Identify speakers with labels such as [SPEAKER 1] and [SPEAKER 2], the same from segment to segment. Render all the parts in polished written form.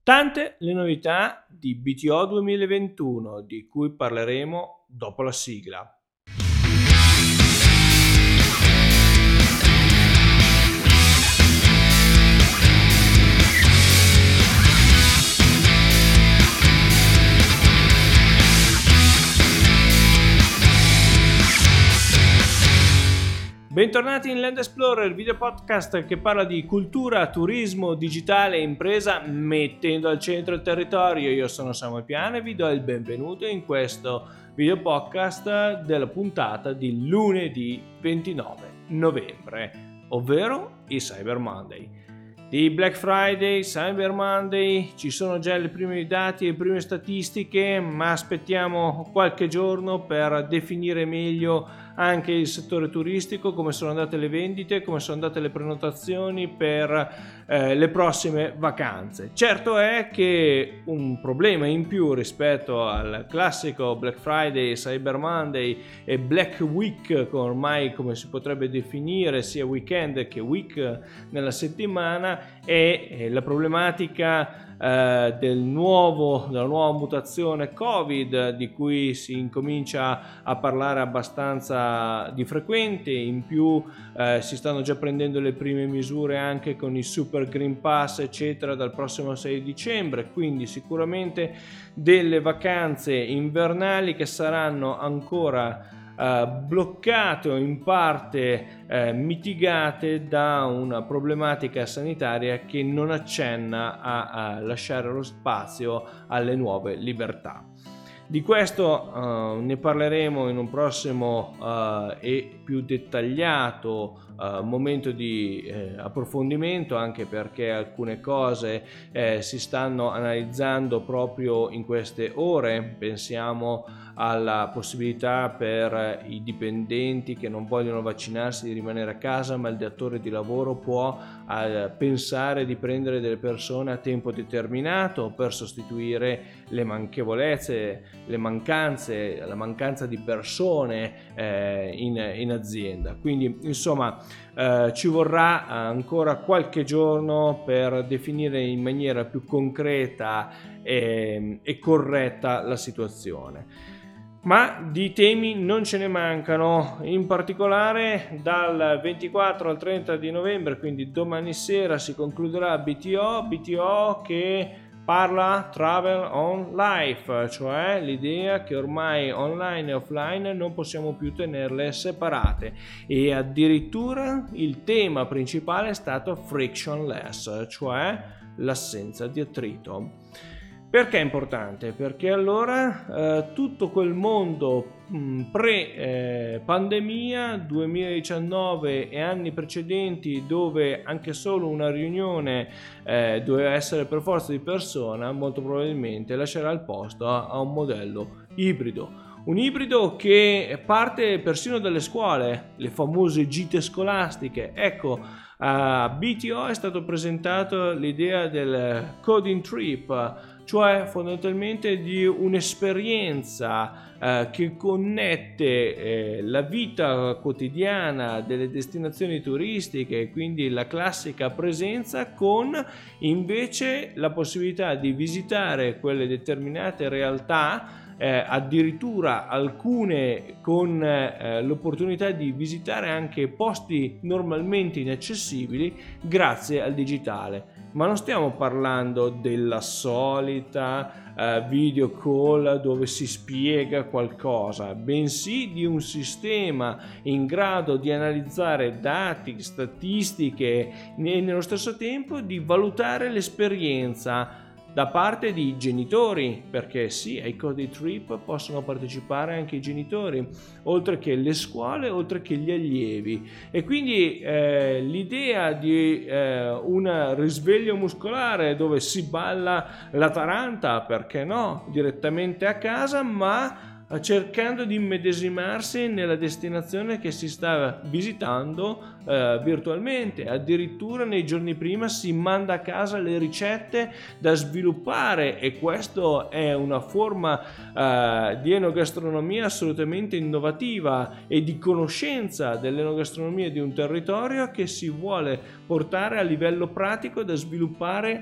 [SPEAKER 1] Tante le novità di BTO 2021 di cui parleremo dopo la sigla. Bentornati in Land Explorer, il video podcast che parla di cultura, turismo, digitale e impresa mettendo al centro il territorio. Io sono Samuel Piana e vi do il benvenuto in questo video podcast della puntata di lunedì 29 novembre, ovvero il Cyber Monday. Di Black Friday, Cyber Monday, ci sono già i primi dati e le prime statistiche, ma aspettiamo qualche giorno per definire meglio anche il settore turistico, come sono andate le vendite, come sono andate le prenotazioni per le prossime vacanze. Certo è che un problema in più rispetto al classico Black Friday, Cyber Monday e Black Week, ormai come si potrebbe definire sia weekend che week nella settimana, è la problematica della nuova mutazione Covid, di cui si incomincia a parlare abbastanza di frequente. In più si stanno già prendendo le prime misure anche con il Super Green Pass eccetera dal prossimo 6 dicembre, quindi sicuramente delle vacanze invernali che saranno ancora bloccate o in parte mitigate da una problematica sanitaria che non accenna a lasciare lo spazio alle nuove libertà. Di questo ne parleremo in un prossimo e più dettagliato momento di approfondimento, anche perché alcune cose si stanno analizzando proprio in queste ore. Pensiamo alla possibilità per i dipendenti che non vogliono vaccinarsi di rimanere a casa, ma il datore di lavoro può pensare di prendere delle persone a tempo determinato per sostituire le manchevolezze, le mancanze, la mancanza di persone in azienda. Quindi insomma ci vorrà ancora qualche giorno per definire in maniera più concreta e corretta la situazione. Ma di temi non ce ne mancano, in particolare dal 24 al 30 di novembre, quindi domani sera, si concluderà BTO che parla Travel on Life, cioè l'idea che ormai online e offline non possiamo più tenerle separate, e addirittura il tema principale è stato frictionless, cioè l'assenza di attrito. Perché è importante? Perché allora tutto quel mondo pre-pandemia 2019 e anni precedenti, dove anche solo una riunione doveva essere per forza di persona, molto probabilmente lascerà il posto a un modello ibrido. Un ibrido che parte persino dalle scuole, le famose gite scolastiche. Ecco, a BTO è stato presentato l'idea del coding trip, cioè fondamentalmente di un'esperienza che connette la vita quotidiana delle destinazioni turistiche, quindi la classica presenza, con invece la possibilità di visitare quelle determinate realtà, addirittura alcune con l'opportunità di visitare anche posti normalmente inaccessibili grazie al digitale. Ma non stiamo parlando della solita video call dove si spiega qualcosa, bensì di un sistema in grado di analizzare dati, statistiche e nello stesso tempo di valutare l'esperienza da parte di genitori, perché sì, ai coding trip possono partecipare anche i genitori, oltre che le scuole, oltre che gli allievi, e quindi l'idea di un risveglio muscolare dove si balla la taranta, perché no, direttamente a casa, ma cercando di immedesimarsi nella destinazione che si sta visitando virtualmente. Addirittura nei giorni prima si manda a casa le ricette da sviluppare, e questo è una forma di enogastronomia assolutamente innovativa e di conoscenza dell'enogastronomia di un territorio che si vuole portare a livello pratico da sviluppare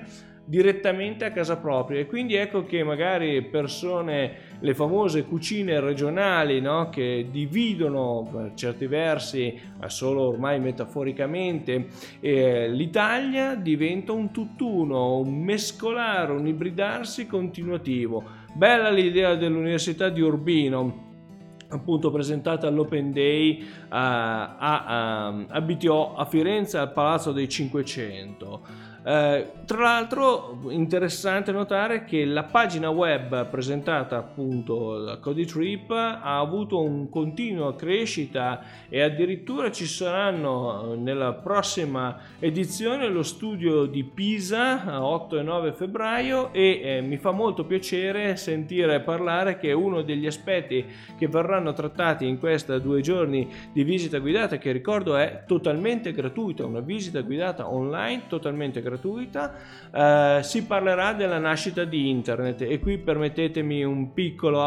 [SPEAKER 1] direttamente a casa propria. E quindi ecco che magari le famose cucine regionali, no? Che dividono per certi versi, solo ormai metaforicamente, l'Italia, diventa un tutt'uno, un mescolare, un ibridarsi continuativo. Bella l'idea dell'Università di Urbino, appunto presentata all'Open Day a BTO a Firenze, al Palazzo dei 500. Tra l'altro interessante notare che la pagina web presentata appunto da Codytrip ha avuto un continuo crescita, e addirittura ci saranno nella prossima edizione lo studio di Pisa 8 e 9 febbraio, e mi fa molto piacere sentire parlare che uno degli aspetti che verranno trattati in questi 2 giorni di visita guidata, che ricordo è totalmente gratuita, una visita guidata online totalmente gratuita, si parlerà della nascita di internet. E qui permettetemi un piccolo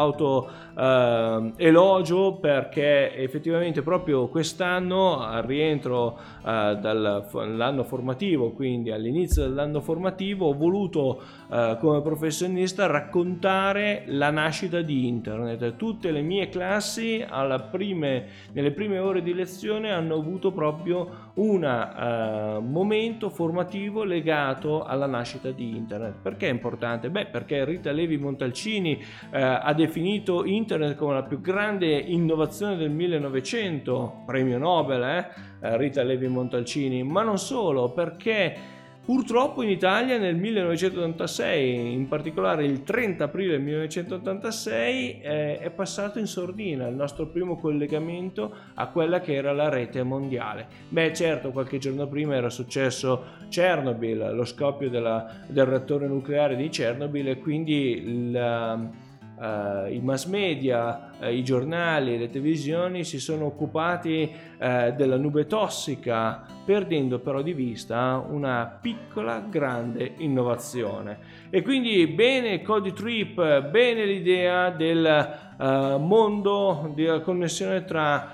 [SPEAKER 1] elogio, perché effettivamente proprio quest'anno, al rientro dall'anno formativo, quindi all'inizio dell'anno formativo, ho voluto come professionista raccontare la nascita di internet. Tutte le mie classi nelle prime ore di lezione hanno avuto proprio un momento formativo legato alla nascita di internet. Perché è importante? Perché Rita Levi Montalcini ha definito internet come la più grande innovazione del 1900, premio Nobel, Rita Levi Montalcini. Ma non solo, perché purtroppo in Italia nel 1986, in particolare il 30 aprile 1986, è passato in sordina il nostro primo collegamento a quella che era la rete mondiale. Certo, qualche giorno prima era successo Chernobyl, lo scoppio del reattore nucleare di Chernobyl, e quindi i mass media, i giornali, le televisioni si sono occupati della nube tossica, perdendo però di vista una piccola grande innovazione. E quindi bene Codytrip, bene l'idea del mondo della connessione tra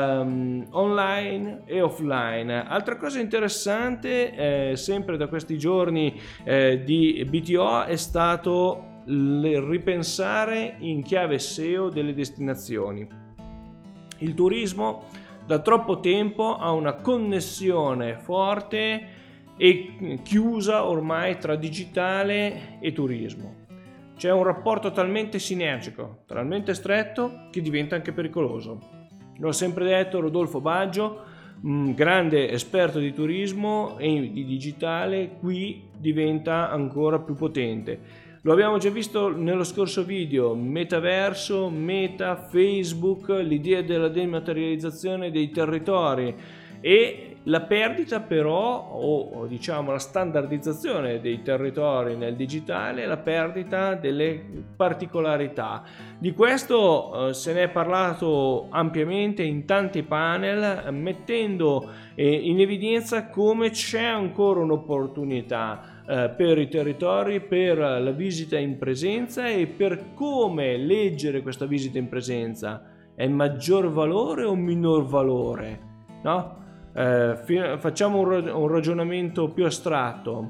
[SPEAKER 1] online e offline. Altra cosa interessante, sempre da questi giorni di BTO, è stato ripensare in chiave SEO delle destinazioni. Il turismo da troppo tempo ha una connessione forte e chiusa ormai tra digitale e turismo. C'è un rapporto talmente sinergico, talmente stretto, che diventa anche pericoloso. L'ho sempre detto, Rodolfo Baggio, grande esperto di turismo e di digitale, qui diventa ancora più potente. Lo abbiamo già visto nello scorso video: metaverso, meta, Facebook, l'idea della dematerializzazione dei territori e la perdita però, o diciamo la standardizzazione dei territori nel digitale, la perdita delle particolarità. Di questo se ne è parlato ampiamente in tanti panel, mettendo in evidenza come c'è ancora un'opportunità per i territori, per la visita in presenza e per come leggere questa visita in presenza. È maggior valore o minor valore? No? Facciamo un ragionamento più astratto.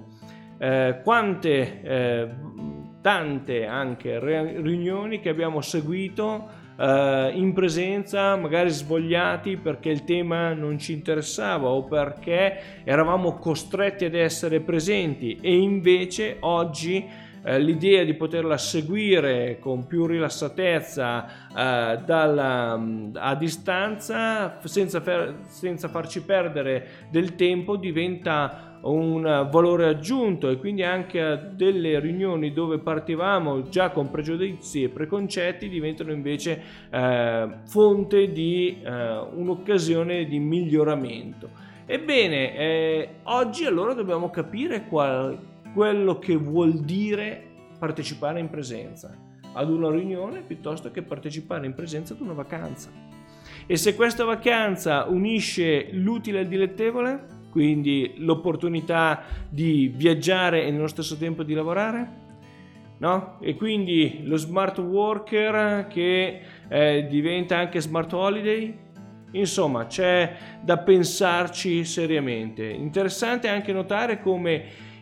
[SPEAKER 1] Tante anche riunioni che abbiamo seguito in presenza, magari svogliati perché il tema non ci interessava o perché eravamo costretti ad essere presenti, e invece oggi l'idea di poterla seguire con più rilassatezza a distanza, senza farci perdere del tempo, diventa un valore aggiunto. E quindi anche a delle riunioni dove partivamo già con pregiudizi e preconcetti diventano invece fonte di un'occasione di miglioramento. Ebbene, oggi allora dobbiamo capire quello che vuol dire partecipare in presenza ad una riunione piuttosto che partecipare in presenza ad una vacanza. E se questa vacanza unisce l'utile al dilettevole, quindi l'opportunità di viaggiare e nello stesso tempo di lavorare, no? E quindi lo smart worker che diventa anche smart holiday. Insomma, c'è da pensarci seriamente. Interessante anche notare come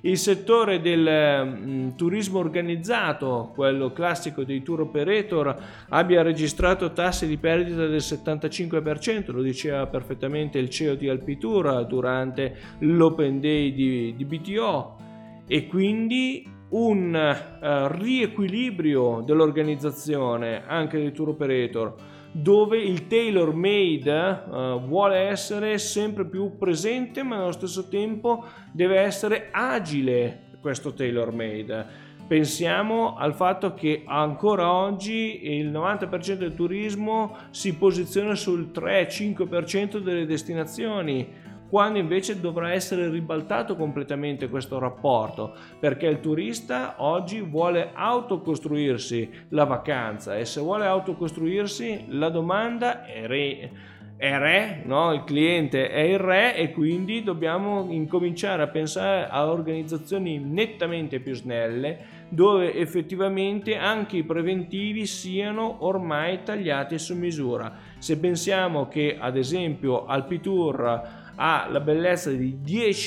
[SPEAKER 1] il settore del turismo organizzato, quello classico dei tour operator, abbia registrato tassi di perdita del 75%, lo diceva perfettamente il CEO di Alpitour durante l'Open Day di BTO, e quindi un riequilibrio dell'organizzazione anche dei tour operator, dove il tailor made vuole essere sempre più presente, ma allo stesso tempo deve essere agile questo tailor made. Pensiamo al fatto che ancora oggi il 90% del turismo si posiziona sul 3-5% delle destinazioni, quando invece dovrà essere ribaltato completamente questo rapporto, perché il turista oggi vuole autocostruirsi la vacanza, e se vuole autocostruirsi la domanda è re, no? Il cliente è il re, e quindi dobbiamo incominciare a pensare a organizzazioni nettamente più snelle, dove effettivamente anche i preventivi siano ormai tagliati su misura. Se pensiamo che ad esempio Alpitour ha la bellezza di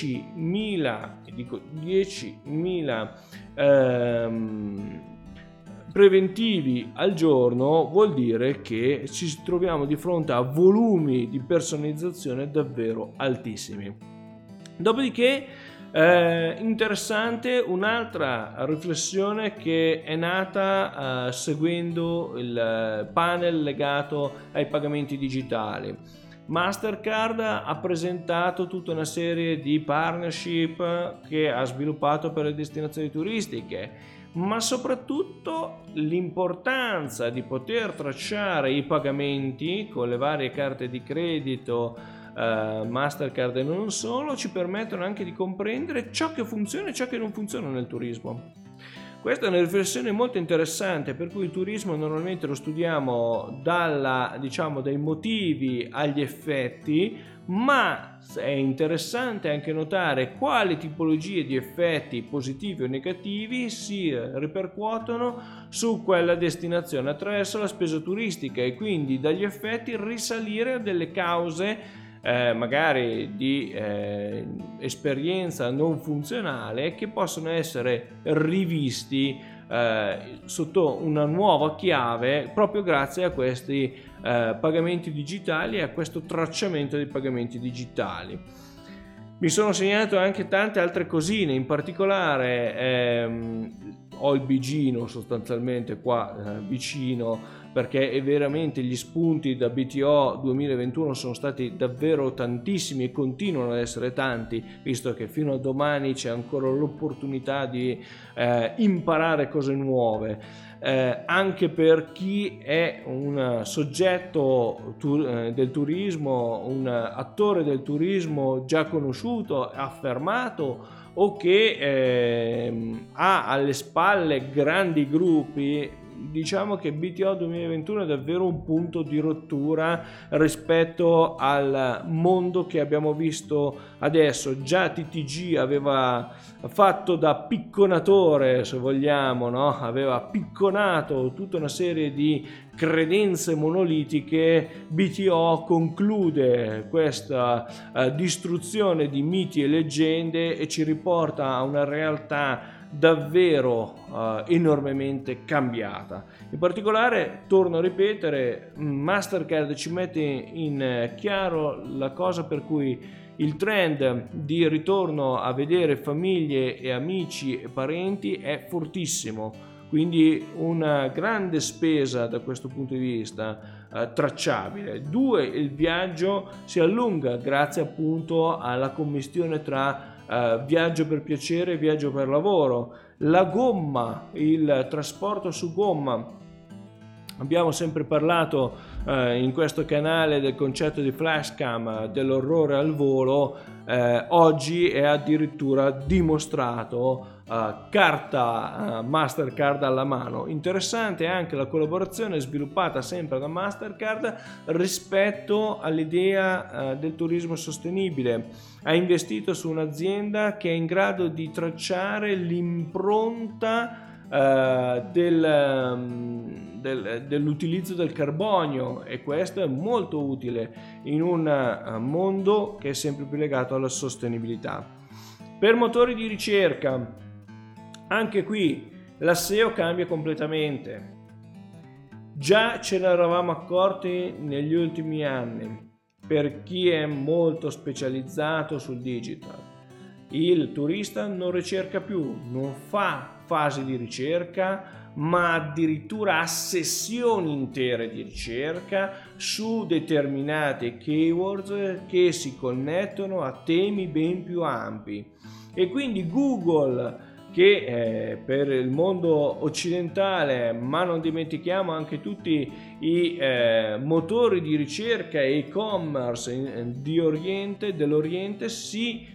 [SPEAKER 1] 10.000 preventivi al giorno, vuol dire che ci troviamo di fronte a volumi di personalizzazione davvero altissimi. Dopodiché interessante un'altra riflessione che è nata seguendo il panel legato ai pagamenti digitali. Mastercard ha presentato tutta una serie di partnership che ha sviluppato per le destinazioni turistiche, ma soprattutto l'importanza di poter tracciare i pagamenti con le varie carte di credito Mastercard e non solo, ci permettono anche di comprendere ciò che funziona e ciò che non funziona nel turismo. Questa è una riflessione molto interessante, per cui il turismo normalmente lo studiamo dai motivi agli effetti, ma è interessante anche notare quali tipologie di effetti positivi o negativi si ripercuotono su quella destinazione attraverso la spesa turistica, e quindi dagli effetti risalire a delle cause magari di esperienza non funzionale, che possono essere rivisti sotto una nuova chiave proprio grazie a questi pagamenti digitali e a questo tracciamento dei pagamenti digitali. Mi sono segnato anche tante altre cosine, in particolare ho il Bigino sostanzialmente qua vicino, perché è veramente gli spunti da BTO 2021 sono stati davvero tantissimi e continuano ad essere tanti, visto che fino a domani c'è ancora l'opportunità di imparare cose nuove. Anche per chi è un soggetto del turismo, un attore del turismo già conosciuto, affermato, o che ha alle spalle grandi gruppi, diciamo che BTO 2021 è davvero un punto di rottura rispetto al mondo che abbiamo visto adesso. Già TTG aveva fatto da picconatore, se vogliamo, no? Aveva picconato tutta una serie di credenze monolitiche. BTO conclude questa distruzione di miti e leggende e ci riporta a una realtà davvero enormemente cambiata. In particolare, torno a ripetere, Mastercard ci mette in chiaro la cosa per cui il trend di ritorno a vedere famiglie e amici e parenti è fortissimo, quindi una grande spesa da questo punto di vista tracciabile. 2, il viaggio si allunga grazie appunto alla commistione tra viaggio per piacere e viaggio per lavoro. La gomma, il trasporto su gomma, abbiamo sempre parlato in questo canale del concetto di flashcam, dell'orrore al volo. Oggi è addirittura dimostrato, carta Mastercard alla mano. Interessante anche la collaborazione sviluppata sempre da Mastercard rispetto all'idea del turismo sostenibile. Ha investito su un'azienda che è in grado di tracciare l'impronta dell'utilizzo del carbonio, e questo è molto utile in un mondo che è sempre più legato alla sostenibilità. Per motori di ricerca, anche qui la SEO cambia completamente. Già ce ne eravamo accorti negli ultimi anni. Per chi è molto specializzato sul digital, il turista non ricerca più, non fa fasi di ricerca, ma addirittura ha sessioni intere di ricerca su determinate keywords che si connettono a temi ben più ampi. E quindi Google, che per il mondo occidentale, ma non dimentichiamo anche tutti i motori di ricerca e e-commerce dell'Oriente, si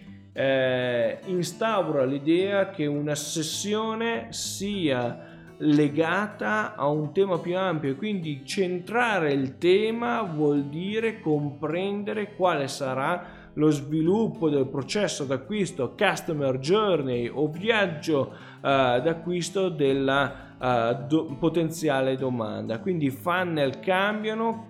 [SPEAKER 1] instaura l'idea che una sessione sia legata a un tema più ampio, e quindi centrare il tema vuol dire comprendere quale sarà lo sviluppo del processo d'acquisto, customer journey o viaggio d'acquisto della potenziale domanda. Quindi i funnel cambiano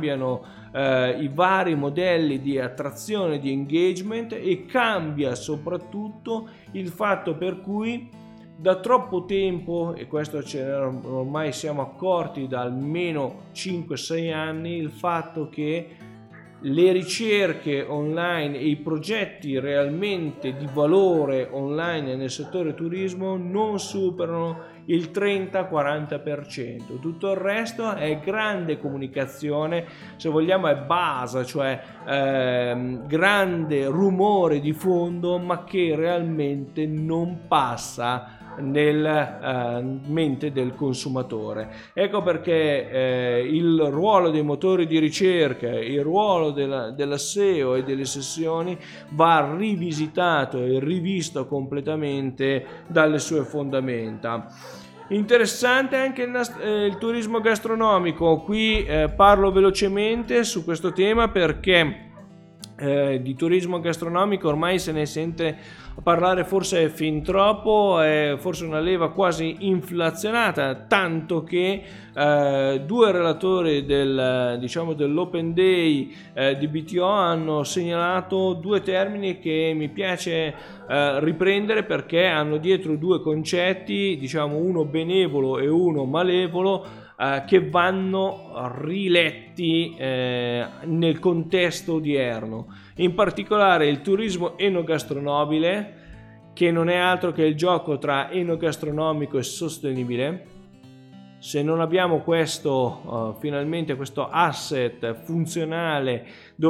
[SPEAKER 1] i vari modelli di attrazione, di engagement, e cambia soprattutto il fatto per cui da troppo tempo, e questo ormai siamo accorti da almeno 5-6 anni, il fatto che le ricerche online e i progetti realmente di valore online nel settore turismo non superano il 30-40%. Tutto il resto è grande comunicazione, se vogliamo è buzz, cioè grande rumore di fondo, ma che realmente non passa nella mente del consumatore. Ecco perché il ruolo dei motori di ricerca, il ruolo della SEO e delle sessioni va rivisitato e rivisto completamente dalle sue fondamenta. Interessante anche il turismo gastronomico. Qui parlo velocemente su questo tema perché di turismo gastronomico ormai se ne sente parlare forse fin troppo, è forse una leva quasi inflazionata, tanto che due relatori dell'Open Day di BTO hanno segnalato due termini che mi piace riprendere, perché hanno dietro due concetti, uno benevolo e uno malevolo, che vanno riletti nel contesto odierno. In particolare il turismo enogastronomile, che non è altro che il gioco tra enogastronomico e sostenibile. Se non abbiamo finalmente questo asset funzionale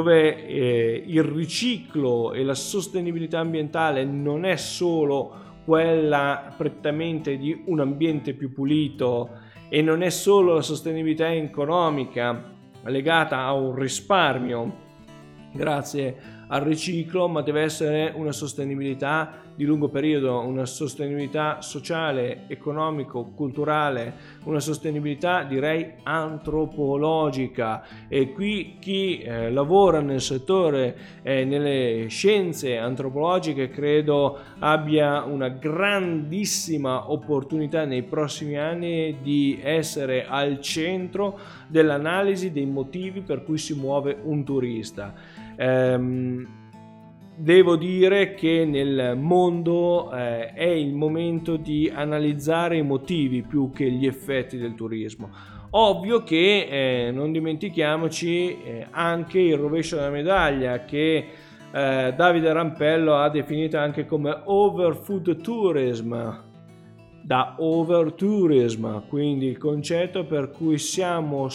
[SPEAKER 1] dove il riciclo e la sostenibilità ambientale non è solo quella prettamente di un ambiente più pulito, e non è solo la sostenibilità economica legata a un risparmio grazie al riciclo, ma deve essere una sostenibilità di lungo periodo, una sostenibilità sociale, economico, culturale, una sostenibilità direi antropologica. E qui chi lavora nel settore nelle scienze antropologiche credo abbia una grandissima opportunità nei prossimi anni di essere al centro dell'analisi dei motivi per cui si muove un turista. Devo dire che nel mondo è il momento di analizzare i motivi più che gli effetti del turismo. Ovvio che non dimentichiamoci anche il rovescio della medaglia, che Davide Rampello ha definito anche come overfood tourism, da overtourism, quindi il concetto per cui siamo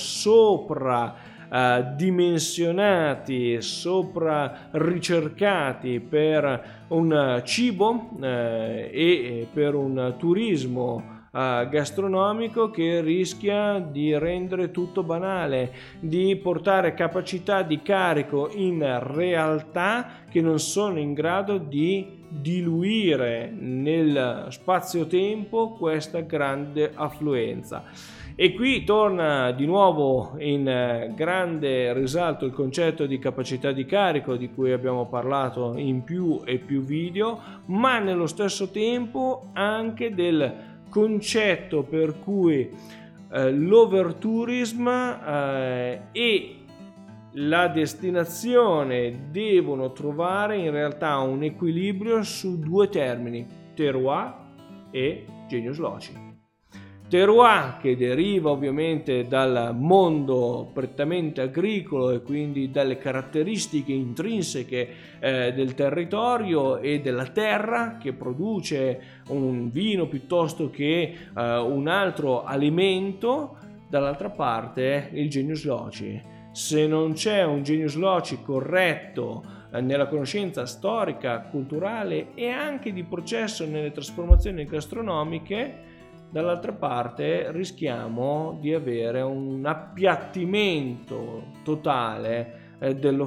[SPEAKER 1] dimensionati, sopra ricercati per un cibo e per un turismo gastronomico che rischia di rendere tutto banale, di portare capacità di carico in realtà che non sono in grado di diluire nel spazio-tempo questa grande affluenza. E qui torna di nuovo in grande risalto il concetto di capacità di carico, di cui abbiamo parlato in più e più video, ma nello stesso tempo anche del concetto per cui l'overtourism e la destinazione devono trovare in realtà un equilibrio su due termini: terroir e genius loci. Terroir, che deriva ovviamente dal mondo prettamente agricolo e quindi dalle caratteristiche intrinseche del territorio e della terra, che produce un vino piuttosto che un altro alimento. Dall'altra parte il genius loci. Se non c'è un genius loci corretto nella conoscenza storica, culturale e anche di processo nelle trasformazioni gastronomiche, dall'altra parte rischiamo di avere un appiattimento totale delle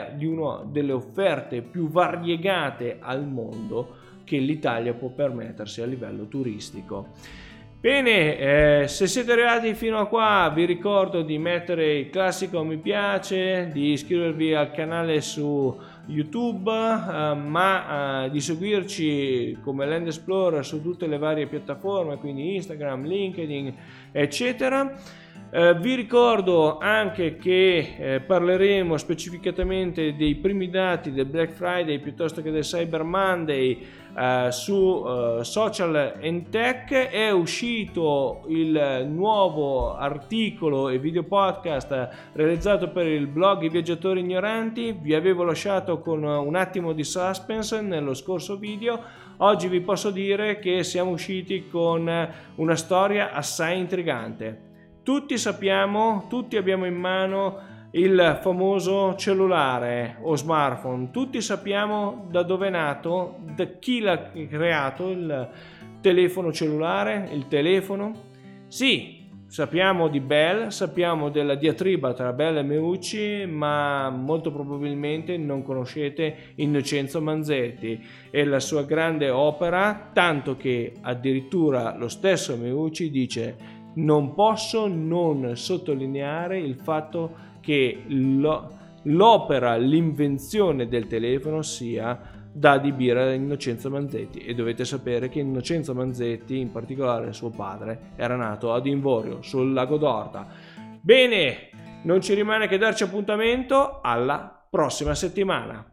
[SPEAKER 1] offerte più variegate al mondo che l'Italia può permettersi a livello turistico. Bene, se siete arrivati fino a qua vi ricordo di mettere il classico mi piace, di iscrivervi al canale su YouTube, ma di seguirci come Land Explorer su tutte le varie piattaforme, quindi Instagram, LinkedIn, eccetera. Vi ricordo anche che parleremo specificatamente dei primi dati del Black Friday piuttosto che del Cyber Monday su Social and Tech. È uscito il nuovo articolo e video podcast realizzato per il blog I Viaggiatori Ignoranti. Vi avevo lasciato con un attimo di suspense nello scorso video. Oggi vi posso dire che siamo usciti con una storia assai intrigante. Tutti sappiamo, tutti abbiamo in mano il famoso cellulare o smartphone, tutti sappiamo da dove è nato, da chi l'ha creato il telefono cellulare, il telefono. Sì, sappiamo di Bell, sappiamo della diatriba tra Bell e Meucci, ma molto probabilmente non conoscete Innocenzo Manzetti e la sua grande opera, tanto che addirittura lo stesso Meucci dice: non posso non sottolineare il fatto che l'opera, l'invenzione del telefono sia da adibire a Innocenzo Manzetti, e dovete sapere che Innocenzo Manzetti, in particolare suo padre, era nato ad Invorio sul lago d'Orta. Bene, non ci rimane che darci appuntamento alla prossima settimana.